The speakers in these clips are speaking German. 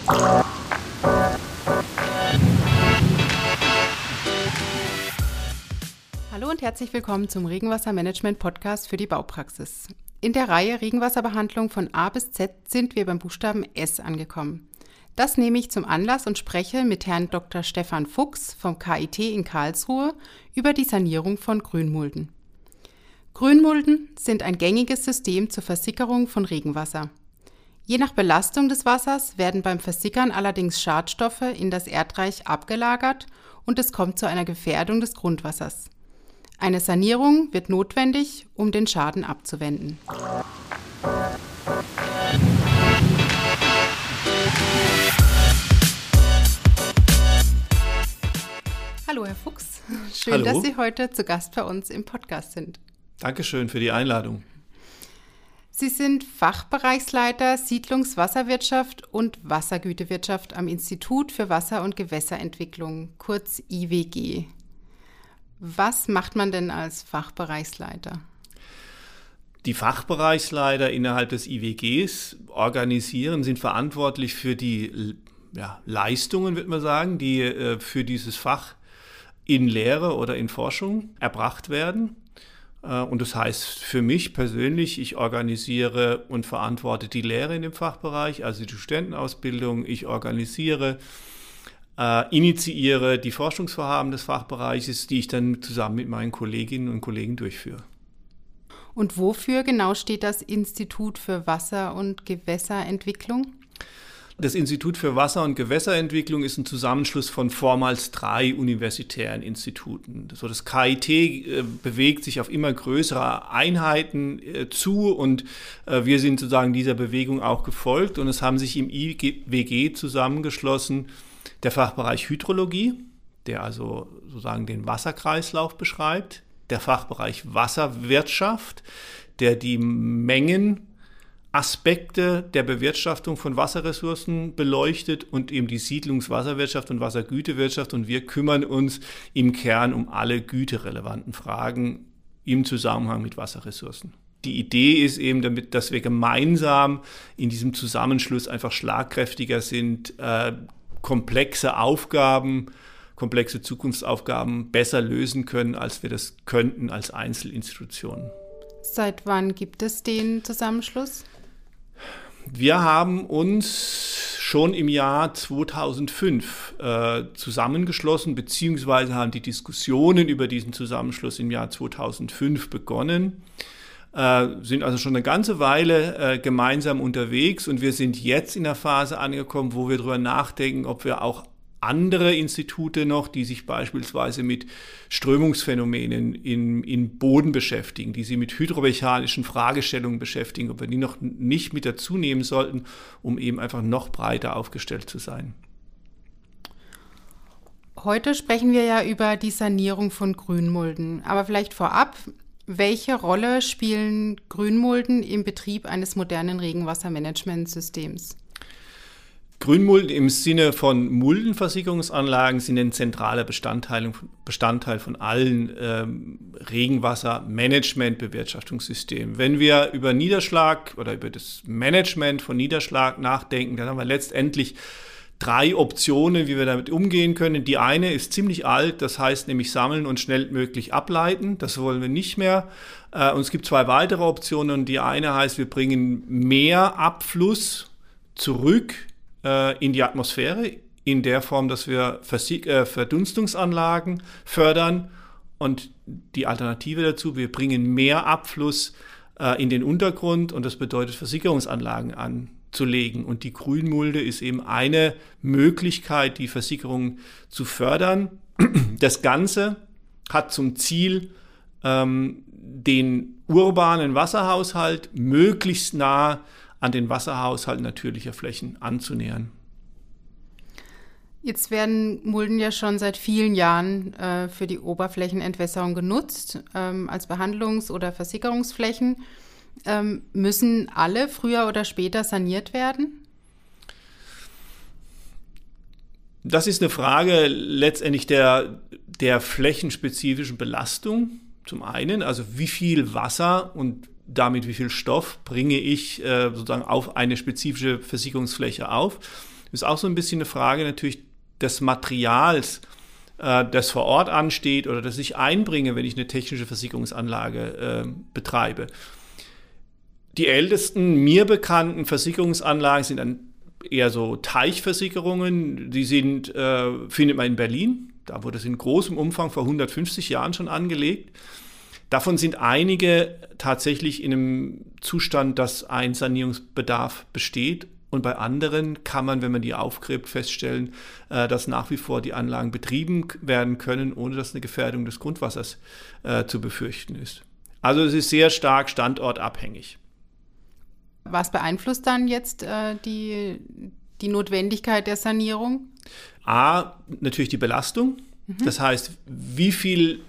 Hallo und herzlich willkommen zum Regenwassermanagement-Podcast für die Baupraxis. In der Reihe Regenwasserbehandlung von A bis Z sind wir beim Buchstaben S angekommen. Das nehme ich zum Anlass und spreche mit Herrn Dr. Stefan Fuchs vom KIT in Karlsruhe über die Sanierung von Grünmulden. Grünmulden sind ein gängiges System zur Versickerung von Regenwasser. Je nach Belastung des Wassers werden beim Versickern allerdings Schadstoffe in das Erdreich abgelagert und es kommt zu einer Gefährdung des Grundwassers. Eine Sanierung wird notwendig, um den Schaden abzuwenden. Hallo Herr Fuchs, schön, Hallo. dass Sie heute zu Gast bei uns im Podcast sind. Dankeschön für die Einladung. Sie sind Fachbereichsleiter Siedlungswasserwirtschaft und Wassergütewirtschaft am Institut für Wasser- und Gewässerentwicklung, kurz IWG. Was macht man denn als Fachbereichsleiter? Die Fachbereichsleiter innerhalb des IWGs sind verantwortlich für die Leistungen, würde man sagen, die für dieses Fach in Lehre oder in Forschung erbracht werden. Und das heißt für mich persönlich, ich organisiere und verantworte die Lehre in dem Fachbereich, also die Studentenausbildung. Ich initiiere die Forschungsvorhaben des Fachbereiches, die ich dann zusammen mit meinen Kolleginnen und Kollegen durchführe. Und wofür genau steht das Institut für Wasser- und Gewässerentwicklung? Das Institut für Wasser- und Gewässerentwicklung ist ein Zusammenschluss von vormals 3 universitären Instituten. So das KIT bewegt sich auf immer größere Einheiten zu und wir sind sozusagen dieser Bewegung auch gefolgt und es haben sich im IWG zusammengeschlossen der Fachbereich Hydrologie, der also sozusagen den Wasserkreislauf beschreibt, der Fachbereich Wasserwirtschaft, der die Mengenaspekte der Bewirtschaftung von Wasserressourcen beleuchtet und eben die Siedlungswasserwirtschaft und Wassergütewirtschaft und wir kümmern uns im Kern um alle güterelevanten Fragen im Zusammenhang mit Wasserressourcen. Die Idee ist eben damit, dass wir gemeinsam in diesem Zusammenschluss einfach schlagkräftiger sind, komplexe Zukunftsaufgaben besser lösen können, als wir das könnten als Einzelinstitutionen. Seit wann gibt es den Zusammenschluss? Wir haben uns schon im Jahr 2005 zusammengeschlossen, beziehungsweise haben die Diskussionen über diesen Zusammenschluss im Jahr 2005 begonnen. Sind also schon eine ganze Weile gemeinsam unterwegs und wir sind jetzt in der Phase angekommen, wo wir darüber nachdenken, ob wir auch andere Institute noch, die sich beispielsweise mit Strömungsphänomenen in Boden beschäftigen, die sich mit hydromechanischen Fragestellungen beschäftigen, ob wir die noch nicht mit dazu nehmen sollten, um eben einfach noch breiter aufgestellt zu sein. Heute sprechen wir ja über die Sanierung von Grünmulden, aber vielleicht vorab, welche Rolle spielen Grünmulden im Betrieb eines modernen Regenwassermanagementsystems? Grünmulden im Sinne von Muldenversickerungsanlagen sind ein zentraler Bestandteil von allen Regenwassermanagement-Bewirtschaftungssystemen. Wenn wir über Niederschlag oder über das Management von Niederschlag nachdenken, dann haben wir letztendlich 3 Optionen, wie wir damit umgehen können. Die eine ist ziemlich alt, das heißt nämlich sammeln und schnellstmöglich ableiten. Das wollen wir nicht mehr. Und es gibt 2 weitere Optionen. Die eine heißt, wir bringen mehr Abfluss zurück in die Atmosphäre, in der Form, dass wir Verdunstungsanlagen fördern. Und die Alternative dazu, wir bringen mehr Abfluss in den Untergrund und das bedeutet Versickerungsanlagen anzulegen. Und die Grünmulde ist eben eine Möglichkeit, die Versickerung zu fördern. Das Ganze hat zum Ziel, den urbanen Wasserhaushalt möglichst nah an den Wasserhaushalt natürlicher Flächen anzunähern. Jetzt werden Mulden ja schon seit vielen Jahren für die Oberflächenentwässerung genutzt, als Behandlungs- oder Versickerungsflächen. Müssen alle früher oder später saniert werden? Das ist eine Frage letztendlich der flächenspezifischen Belastung. Zum einen, also wie viel Wasser und damit wie viel Stoff bringe ich sozusagen auf eine spezifische Versickerungsfläche auf. Das ist auch so ein bisschen eine Frage natürlich des Materials, das vor Ort ansteht oder das ich einbringe, wenn ich eine technische Versicherungsanlage betreibe. Die ältesten mir bekannten Versicherungsanlagen sind dann eher so Teichversicherungen. Die findet man in Berlin. Da wurde es in großem Umfang vor 150 Jahren schon angelegt. Davon sind einige tatsächlich in einem Zustand, dass ein Sanierungsbedarf besteht. Und bei anderen kann man, wenn man die aufgräbt, feststellen, dass nach wie vor die Anlagen betrieben werden können, ohne dass eine Gefährdung des Grundwassers zu befürchten ist. Also es ist sehr stark standortabhängig. Was beeinflusst dann jetzt die Notwendigkeit der Sanierung? Natürlich die Belastung. Das heißt, wie viel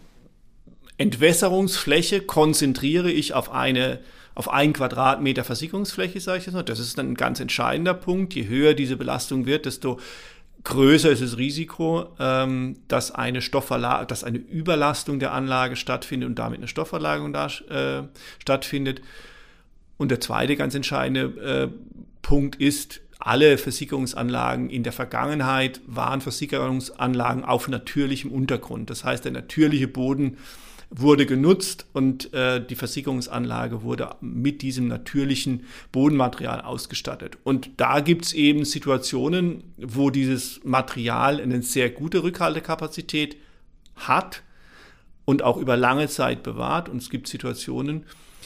Entwässerungsfläche konzentriere ich auf 1 Quadratmeter Versickerungsfläche, sage ich jetzt mal. Das ist dann ein ganz entscheidender Punkt. Je höher diese Belastung wird, desto größer ist das Risiko, dass eine Überlastung der Anlage stattfindet und damit eine Stoffverlagerung stattfindet. Und der zweite ganz entscheidende Punkt ist, alle Versicherungsanlagen in der Vergangenheit waren Versicherungsanlagen auf natürlichem Untergrund. Das heißt, der natürliche Boden wurde genutzt und die Versicherungsanlage wurde mit diesem natürlichen Bodenmaterial ausgestattet. Und da gibt es eben Situationen, wo dieses Material eine sehr gute Rückhaltekapazität hat und auch über lange Zeit bewahrt. Und es gibt Situationen,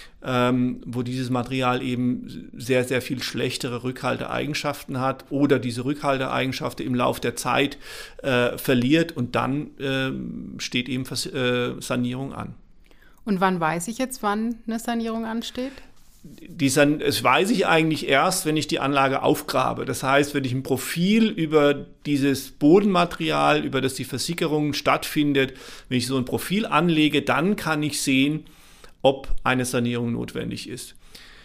wo dieses Material eben sehr, sehr viel schlechtere Rückhalteeigenschaften hat oder diese Rückhalteeigenschaften im Laufe der Zeit verliert und dann steht eben Sanierung an. Und wann weiß ich jetzt, wann eine Sanierung ansteht? Das weiß ich eigentlich erst, wenn ich die Anlage aufgrabe. Das heißt, wenn ich ein Profil über dieses Bodenmaterial, über das die Versickerung stattfindet, wenn ich so ein Profil anlege, dann kann ich sehen, ob eine Sanierung notwendig ist.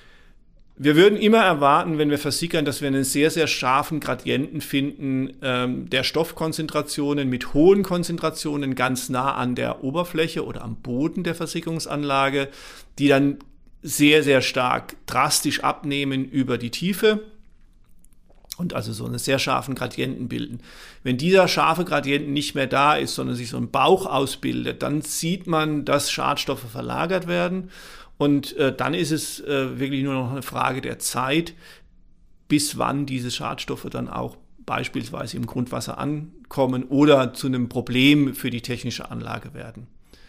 Wir würden immer erwarten, wenn wir versickern, dass wir einen sehr, sehr scharfen Gradienten finden der Stoffkonzentrationen mit hohen Konzentrationen ganz nah an der Oberfläche oder am Boden der Versickerungsanlage, die dann sehr, sehr stark drastisch abnehmen über die Tiefe und also so einen sehr scharfen Gradienten bilden. Wenn dieser scharfe Gradienten nicht mehr da ist, sondern sich so ein Bauch ausbildet, dann sieht man, dass Schadstoffe verlagert werden und dann ist es wirklich nur noch eine Frage der Zeit, bis wann diese Schadstoffe dann auch beispielsweise im Grundwasser ankommen oder zu einem Problem für die technische Anlage werden.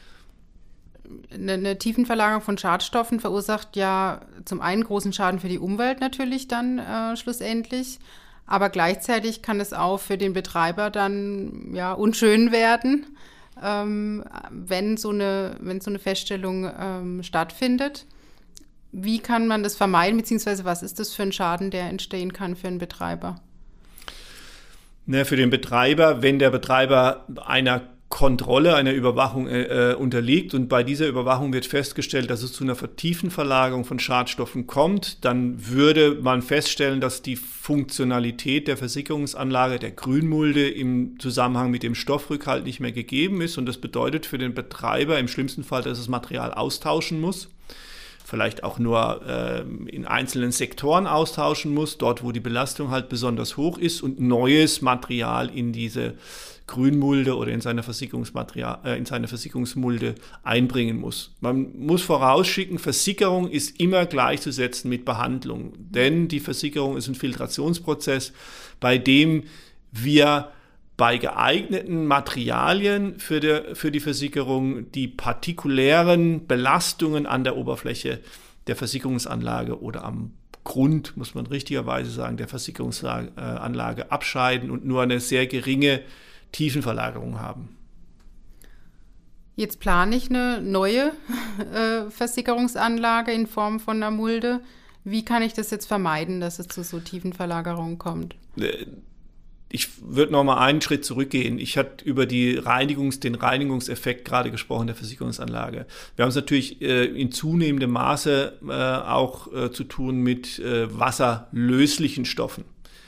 Eine Tiefenverlagerung von Schadstoffen verursacht ja zum einen großen Schaden für die Umwelt natürlich dann schlussendlich, aber gleichzeitig kann es auch für den Betreiber dann ja unschön werden, wenn so eine Feststellung stattfindet. Wie kann man das vermeiden, beziehungsweise was ist das für ein Schaden, der entstehen kann für einen Betreiber? Für den Betreiber, wenn der Betreiber einer Kontrolle, einer Überwachung unterliegt und bei dieser Überwachung wird festgestellt, dass es zu einer vertieften Verlagerung von Schadstoffen kommt, dann würde man feststellen, dass die Funktionalität der Versickerungsanlage, der Grünmulde im Zusammenhang mit dem Stoffrückhalt nicht mehr gegeben ist und das bedeutet für den Betreiber im schlimmsten Fall, dass es Material austauschen muss, vielleicht auch nur in einzelnen Sektoren austauschen muss, dort wo die Belastung halt besonders hoch ist und neues Material in diese Grünmulde oder in seine Versickerungsmulde einbringen muss. Man muss vorausschicken, Versickerung ist immer gleichzusetzen mit Behandlung, denn die Versickerung ist ein Filtrationsprozess, bei dem wir bei geeigneten Materialien für die Versickerung die partikulären Belastungen an der Oberfläche der Versickerungsanlage oder am Grund, muss man richtigerweise sagen, der Versickerungsanlage abscheiden und nur eine sehr geringe Tiefenverlagerung haben. Jetzt plane ich eine neue Versickerungsanlage in Form von einer Mulde. Wie kann ich das jetzt vermeiden, dass es zu so tiefen Verlagerungen kommt? Ich würde noch mal einen Schritt zurückgehen. Ich hatte über den Reinigungseffekt gerade gesprochen der Versickerungsanlage. Wir haben es natürlich in zunehmendem Maße auch zu tun mit wasserlöslichen Stoffen.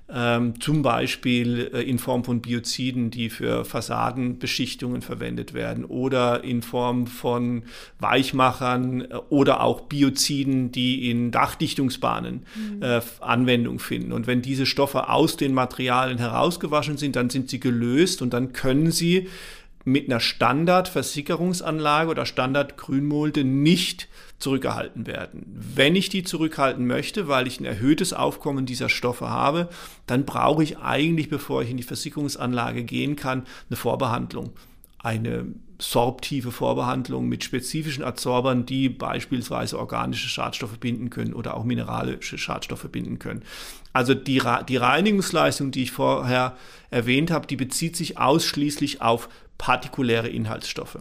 zum Beispiel in Form von Bioziden, die für Fassadenbeschichtungen verwendet werden oder in Form von Weichmachern oder auch Bioziden, die in Dachdichtungsbahnen Anwendung finden. Und wenn diese Stoffe aus den Materialien herausgewaschen sind, dann sind sie gelöst und dann können sie mit einer Standardversickerungsanlage oder Standardgrünmulde nicht zurückgehalten werden. Wenn ich die zurückhalten möchte, weil ich ein erhöhtes Aufkommen dieser Stoffe habe, dann brauche ich eigentlich, bevor ich in die Versickerungsanlage gehen kann, eine Vorbehandlung. Eine sorbtive Vorbehandlung mit spezifischen Adsorbern, die beispielsweise organische Schadstoffe binden können oder auch mineralische Schadstoffe binden können. Also die Reinigungsleistung, die ich vorher erwähnt habe, die bezieht sich ausschließlich auf partikuläre Inhaltsstoffe.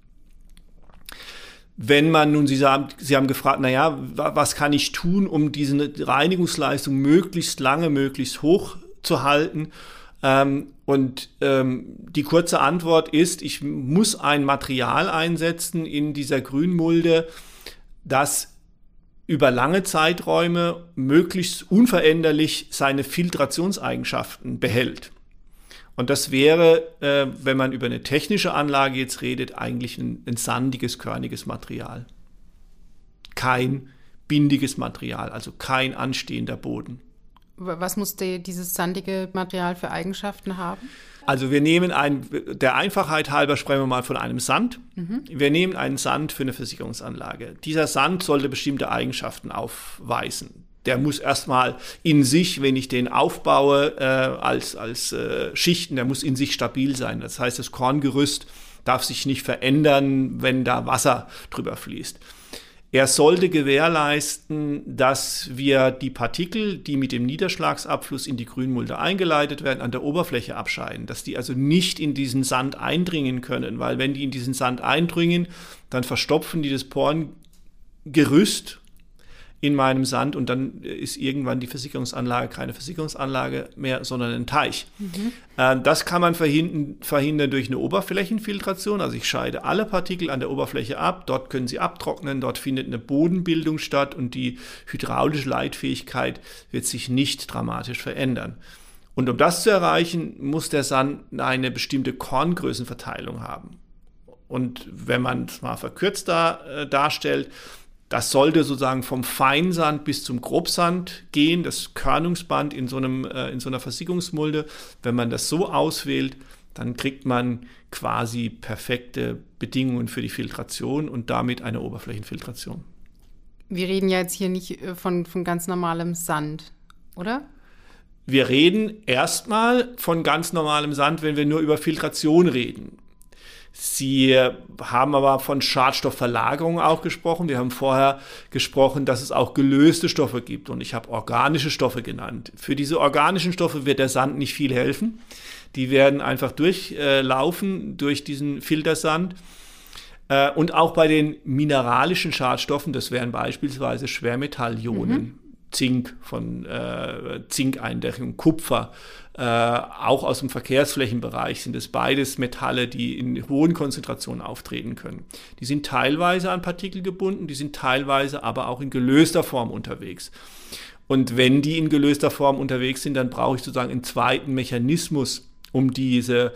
Wenn man nun, Sie haben gefragt, was kann ich tun, um diese Reinigungsleistung möglichst lange, möglichst hoch zu halten? Die kurze Antwort ist, ich muss ein Material einsetzen in dieser Grünmulde, das über lange Zeiträume möglichst unveränderlich seine Filtrationseigenschaften behält. Und das wäre, wenn man über eine technische Anlage jetzt redet, eigentlich ein sandiges, körniges Material. Kein bindiges Material, also kein anstehender Boden. Was muss dieses sandige Material für Eigenschaften haben? Also wir nehmen der Einfachheit halber sprechen wir mal von einem Sand. Wir nehmen einen Sand für eine Versickerungsanlage. Dieser Sand sollte bestimmte Eigenschaften aufweisen. Der muss erstmal in sich, wenn ich den aufbaue als Schichten, der muss in sich stabil sein. Das heißt, das Korngerüst darf sich nicht verändern, wenn da Wasser drüber fließt. Er sollte gewährleisten, dass wir die Partikel, die mit dem Niederschlagsabfluss in die Grünmulde eingeleitet werden, an der Oberfläche abscheiden, dass die also nicht in diesen Sand eindringen können, weil wenn die in diesen Sand eindringen, dann verstopfen die das Porengerüst in meinem Sand und dann ist irgendwann die Versickerungsanlage keine Versickerungsanlage mehr, sondern ein Teich. Das kann man verhindern durch eine Oberflächenfiltration. Also ich scheide alle Partikel an der Oberfläche ab, dort können sie abtrocknen, dort findet eine Bodenbildung statt und die hydraulische Leitfähigkeit wird sich nicht dramatisch verändern. Und um das zu erreichen, muss der Sand eine bestimmte Korngrößenverteilung haben. Und wenn man es mal verkürzt darstellt, das sollte sozusagen vom Feinsand bis zum Grobsand gehen, das Körnungsband in so einer Versickerungsmulde. Wenn man das so auswählt, dann kriegt man quasi perfekte Bedingungen für die Filtration und damit eine Oberflächenfiltration. Wir reden ja jetzt hier nicht von ganz normalem Sand, oder? Wir reden erstmal von ganz normalem Sand, wenn wir nur über Filtration reden. Sie haben aber von Schadstoffverlagerung auch gesprochen. Wir haben vorher gesprochen, dass es auch gelöste Stoffe gibt. Und ich habe organische Stoffe genannt. Für diese organischen Stoffe wird der Sand nicht viel helfen. Die werden einfach durchlaufen durch diesen Filtersand. Und auch bei den mineralischen Schadstoffen, das wären beispielsweise Schwermetallionen, Zink von Zinkeindeckung, Kupfer, auch aus dem Verkehrsflächenbereich sind es beides Metalle, die in hohen Konzentrationen auftreten können. Die sind teilweise an Partikel gebunden, die sind teilweise aber auch in gelöster Form unterwegs. Und wenn die in gelöster Form unterwegs sind, dann brauche ich sozusagen einen zweiten Mechanismus, um diese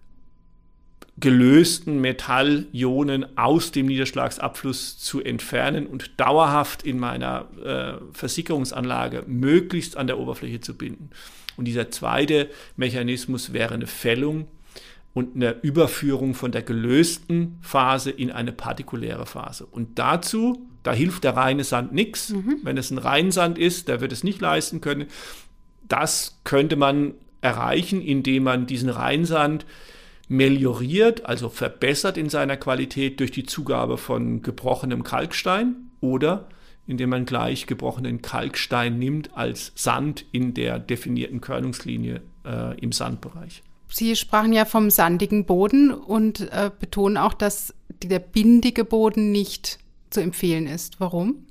gelösten Metallionen aus dem Niederschlagsabfluss zu entfernen und dauerhaft in meiner Versickerungsanlage möglichst an der Oberfläche zu binden. Und dieser zweite Mechanismus wäre eine Fällung und eine Überführung von der gelösten Phase in eine partikuläre Phase. Und da hilft der reine Sand nichts. Wenn es ein Reinsand ist, der wird es nicht leisten können. Das könnte man erreichen, indem man diesen Reinsand melioriert, also verbessert in seiner Qualität durch die Zugabe von gebrochenem Kalkstein oder indem man gleich gebrochenen Kalkstein nimmt als Sand in der definierten Körnungslinie im Sandbereich. Sie sprachen ja vom sandigen Boden und betonen auch, dass der bindige Boden nicht zu empfehlen ist. Warum?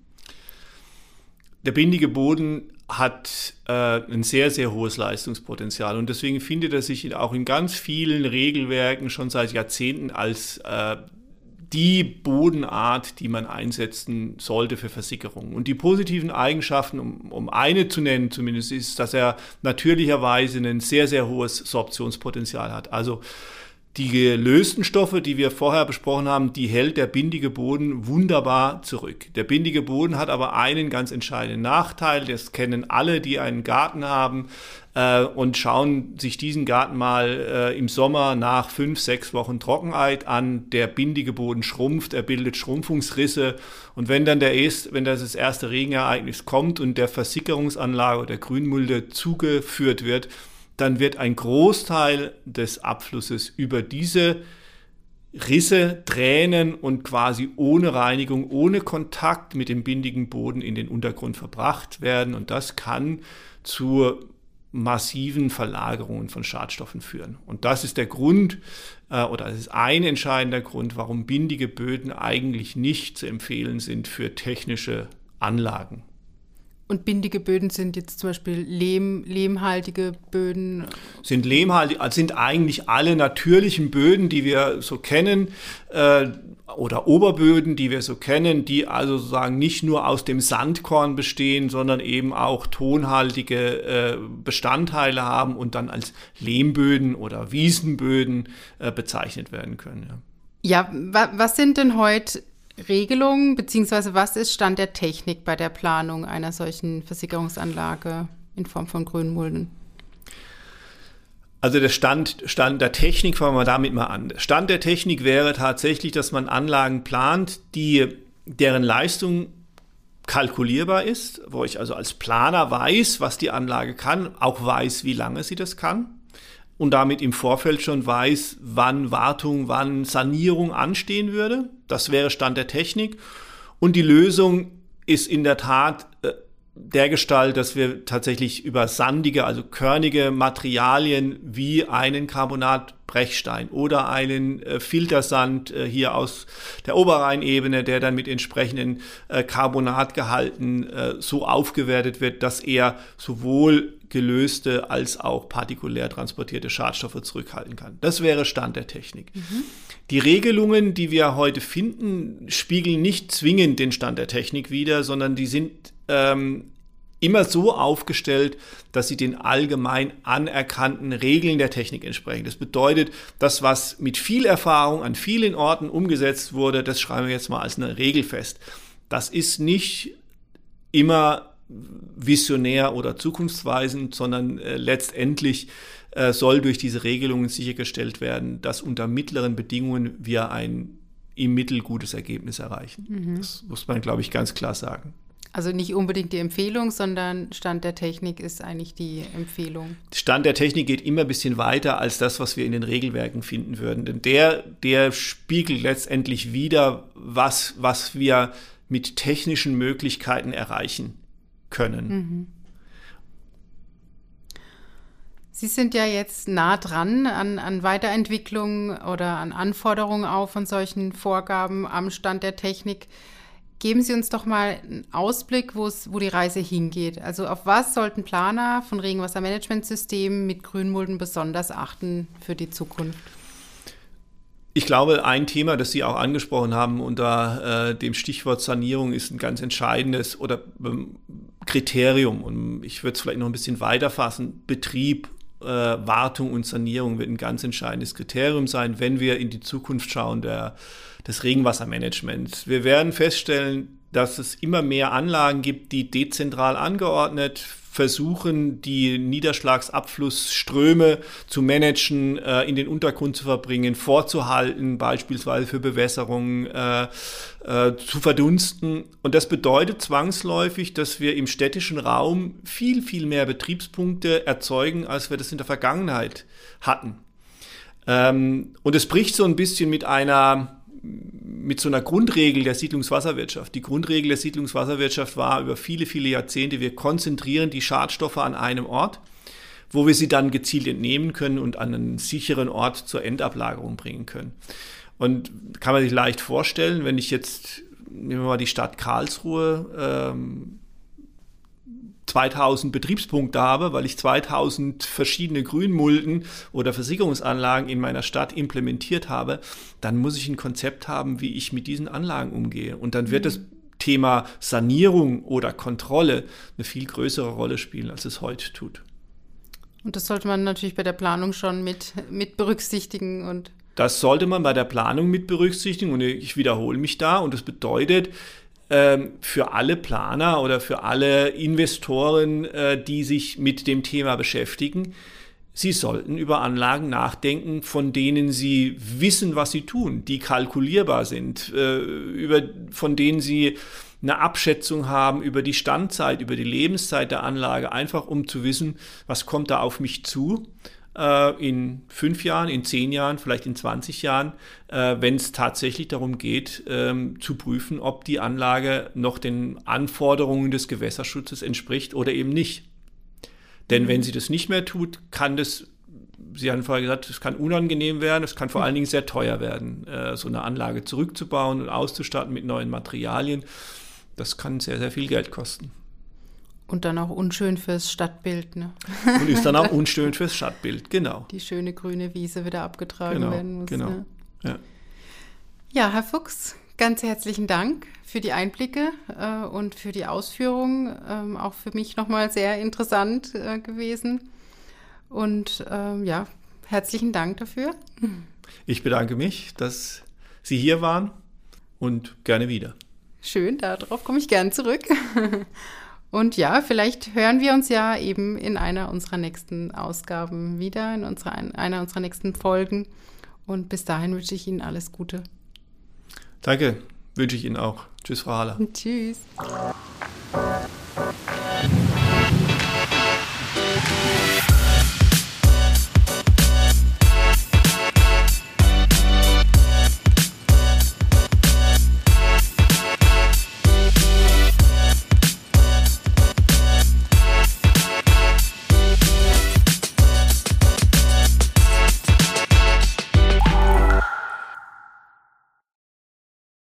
Der bindige Boden hat ein sehr, sehr hohes Leistungspotenzial und deswegen findet er sich auch in ganz vielen Regelwerken schon seit Jahrzehnten als die Bodenart, die man einsetzen sollte für Versickerungen. Und die positiven Eigenschaften, um eine zu nennen zumindest, ist, dass er natürlicherweise ein sehr, sehr hohes Sorptionspotenzial hat. Also die gelösten Stoffe, die wir vorher besprochen haben, die hält der bindige Boden wunderbar zurück. Der bindige Boden hat aber einen ganz entscheidenden Nachteil, das kennen alle, die einen Garten haben und schauen sich diesen Garten mal im Sommer nach 5-6 Wochen Trockenheit an. Der bindige Boden schrumpft, er bildet Schrumpfungsrisse und wenn das erste Regenereignis kommt und der Versickerungsanlage oder der Grünmulde zugeführt wird, dann wird ein Großteil des Abflusses über diese Risse, Tränen und quasi ohne Reinigung, ohne Kontakt mit dem bindigen Boden in den Untergrund verbracht werden. Und das kann zu massiven Verlagerungen von Schadstoffen führen. Und das ist der Grund, oder das ist ein entscheidender Grund, warum bindige Böden eigentlich nicht zu empfehlen sind für technische Anlagen. Und bindige Böden sind jetzt zum Beispiel lehmhaltige Böden? Sind eigentlich alle natürlichen Böden, die wir so kennen, oder Oberböden, die wir so kennen, die also sozusagen nicht nur aus dem Sandkorn bestehen, sondern eben auch tonhaltige Bestandteile haben und dann als Lehmböden oder Wiesenböden bezeichnet werden können. Ja, was sind denn heute Regelungen, beziehungsweise was ist Stand der Technik bei der Planung einer solchen Versickerungsanlage in Form von Grünmulden? Also der Stand der Technik, fangen wir damit mal an. Der Stand der Technik wäre tatsächlich, dass man Anlagen plant, deren Leistung kalkulierbar ist, wo ich also als Planer weiß, was die Anlage kann, auch weiß, wie lange sie das kann. Und damit im Vorfeld schon weiß, wann Wartung, wann Sanierung anstehen würde. Das wäre Stand der Technik. Und die Lösung ist in der Tat dergestalt, dass wir tatsächlich über sandige, also körnige Materialien wie einen Carbonatbrechstein oder einen Filtersand hier aus der Oberrheinebene, der dann mit entsprechenden Carbonatgehalten so aufgewertet wird, dass er sowohl gelöste als auch partikulär transportierte Schadstoffe zurückhalten kann. Das wäre Stand der Technik. Mhm. Die Regelungen, die wir heute finden, spiegeln nicht zwingend den Stand der Technik wider, sondern die sind immer so aufgestellt, dass sie den allgemein anerkannten Regeln der Technik entsprechen. Das bedeutet, das, was mit viel Erfahrung an vielen Orten umgesetzt wurde, das schreiben wir jetzt mal als eine Regel fest. Das ist nicht immer visionär oder zukunftsweisend, sondern letztendlich soll durch diese Regelungen sichergestellt werden, dass unter mittleren Bedingungen wir ein im Mittel gutes Ergebnis erreichen. Mhm. Das muss man, glaube ich, ganz klar sagen. Also nicht unbedingt die Empfehlung, sondern Stand der Technik ist eigentlich die Empfehlung. Stand der Technik geht immer ein bisschen weiter als das, was wir in den Regelwerken finden würden. Denn der spiegelt letztendlich wider, was wir mit technischen Möglichkeiten erreichen können. Mhm. Sie sind ja jetzt nah dran an Weiterentwicklung oder an Anforderungen auch von solchen Vorgaben am Stand der Technik. Geben Sie uns doch mal einen Ausblick, wo die Reise hingeht. Also auf was sollten Planer von Regenwassermanagementsystemen mit Grünmulden besonders achten für die Zukunft? Ich glaube, ein Thema, das Sie auch angesprochen haben unter dem Stichwort Sanierung, ist ein ganz entscheidendes Kriterium. Und ich würde es vielleicht noch ein bisschen weiter fassen. Betrieb, Wartung und Sanierung wird ein ganz entscheidendes Kriterium sein, wenn wir in die Zukunft schauen des Regenwassermanagements. Wir werden feststellen, dass es immer mehr Anlagen gibt, die dezentral angeordnet versuchen, die Niederschlagsabflussströme zu managen, in den Untergrund zu verbringen, vorzuhalten, beispielsweise für Bewässerung zu verdunsten. Und das bedeutet zwangsläufig, dass wir im städtischen Raum viel, viel mehr Betriebspunkte erzeugen, als wir das in der Vergangenheit hatten. Und es bricht so ein bisschen mit so einer Grundregel der Siedlungswasserwirtschaft. Die Grundregel der Siedlungswasserwirtschaft war über viele, viele Jahrzehnte, wir konzentrieren die Schadstoffe an einem Ort, wo wir sie dann gezielt entnehmen können und an einen sicheren Ort zur Endablagerung bringen können. Und kann man sich leicht vorstellen, wenn ich jetzt, nehmen wir mal die Stadt Karlsruhe, 2000 Betriebspunkte habe, weil ich 2000 verschiedene Grünmulden oder Versickerungsanlagen in meiner Stadt implementiert habe, dann muss ich ein Konzept haben, wie ich mit diesen Anlagen umgehe. Und dann wird das Thema Sanierung oder Kontrolle eine viel größere Rolle spielen, als es heute tut. Und das sollte man natürlich bei der Planung schon mit berücksichtigen. Und das sollte man bei der Planung mit berücksichtigen und ich wiederhole mich da und das bedeutet, für alle Planer oder für alle Investoren, die sich mit dem Thema beschäftigen, sie sollten über Anlagen nachdenken, von denen sie wissen, was sie tun, die kalkulierbar sind, von denen sie eine Abschätzung haben über die Standzeit, über die Lebenszeit der Anlage, einfach um zu wissen, was kommt da auf mich zu. In 5 Jahren, in 10 Jahren, vielleicht in 20 Jahren, wenn es tatsächlich darum geht, zu prüfen, ob die Anlage noch den Anforderungen des Gewässerschutzes entspricht oder eben nicht. Denn wenn sie das nicht mehr tut, kann das, Sie haben vorher gesagt, es kann unangenehm werden, es kann vor allen Dingen sehr teuer werden, so eine Anlage zurückzubauen und auszustatten mit neuen Materialien. Das kann sehr, sehr viel Geld kosten. Und dann auch unschön fürs Stadtbild, ne? Und ist dann auch unschön fürs Stadtbild, genau. Die schöne grüne Wiese wieder abgetragen werden muss. Genau, ne? Ja. Ja, Herr Fuchs, ganz herzlichen Dank für die Einblicke und für die Ausführungen. Auch für mich nochmal sehr interessant gewesen. Und ja, herzlichen Dank dafür. Ich bedanke mich, dass Sie hier waren und gerne wieder. Schön, darauf komme ich gern zurück. Und ja, vielleicht hören wir uns ja eben in einer unserer nächsten Ausgaben wieder, in einer unserer nächsten Folgen. Und bis dahin wünsche ich Ihnen alles Gute. Danke, wünsche ich Ihnen auch. Tschüss, Frau Haller. Tschüss.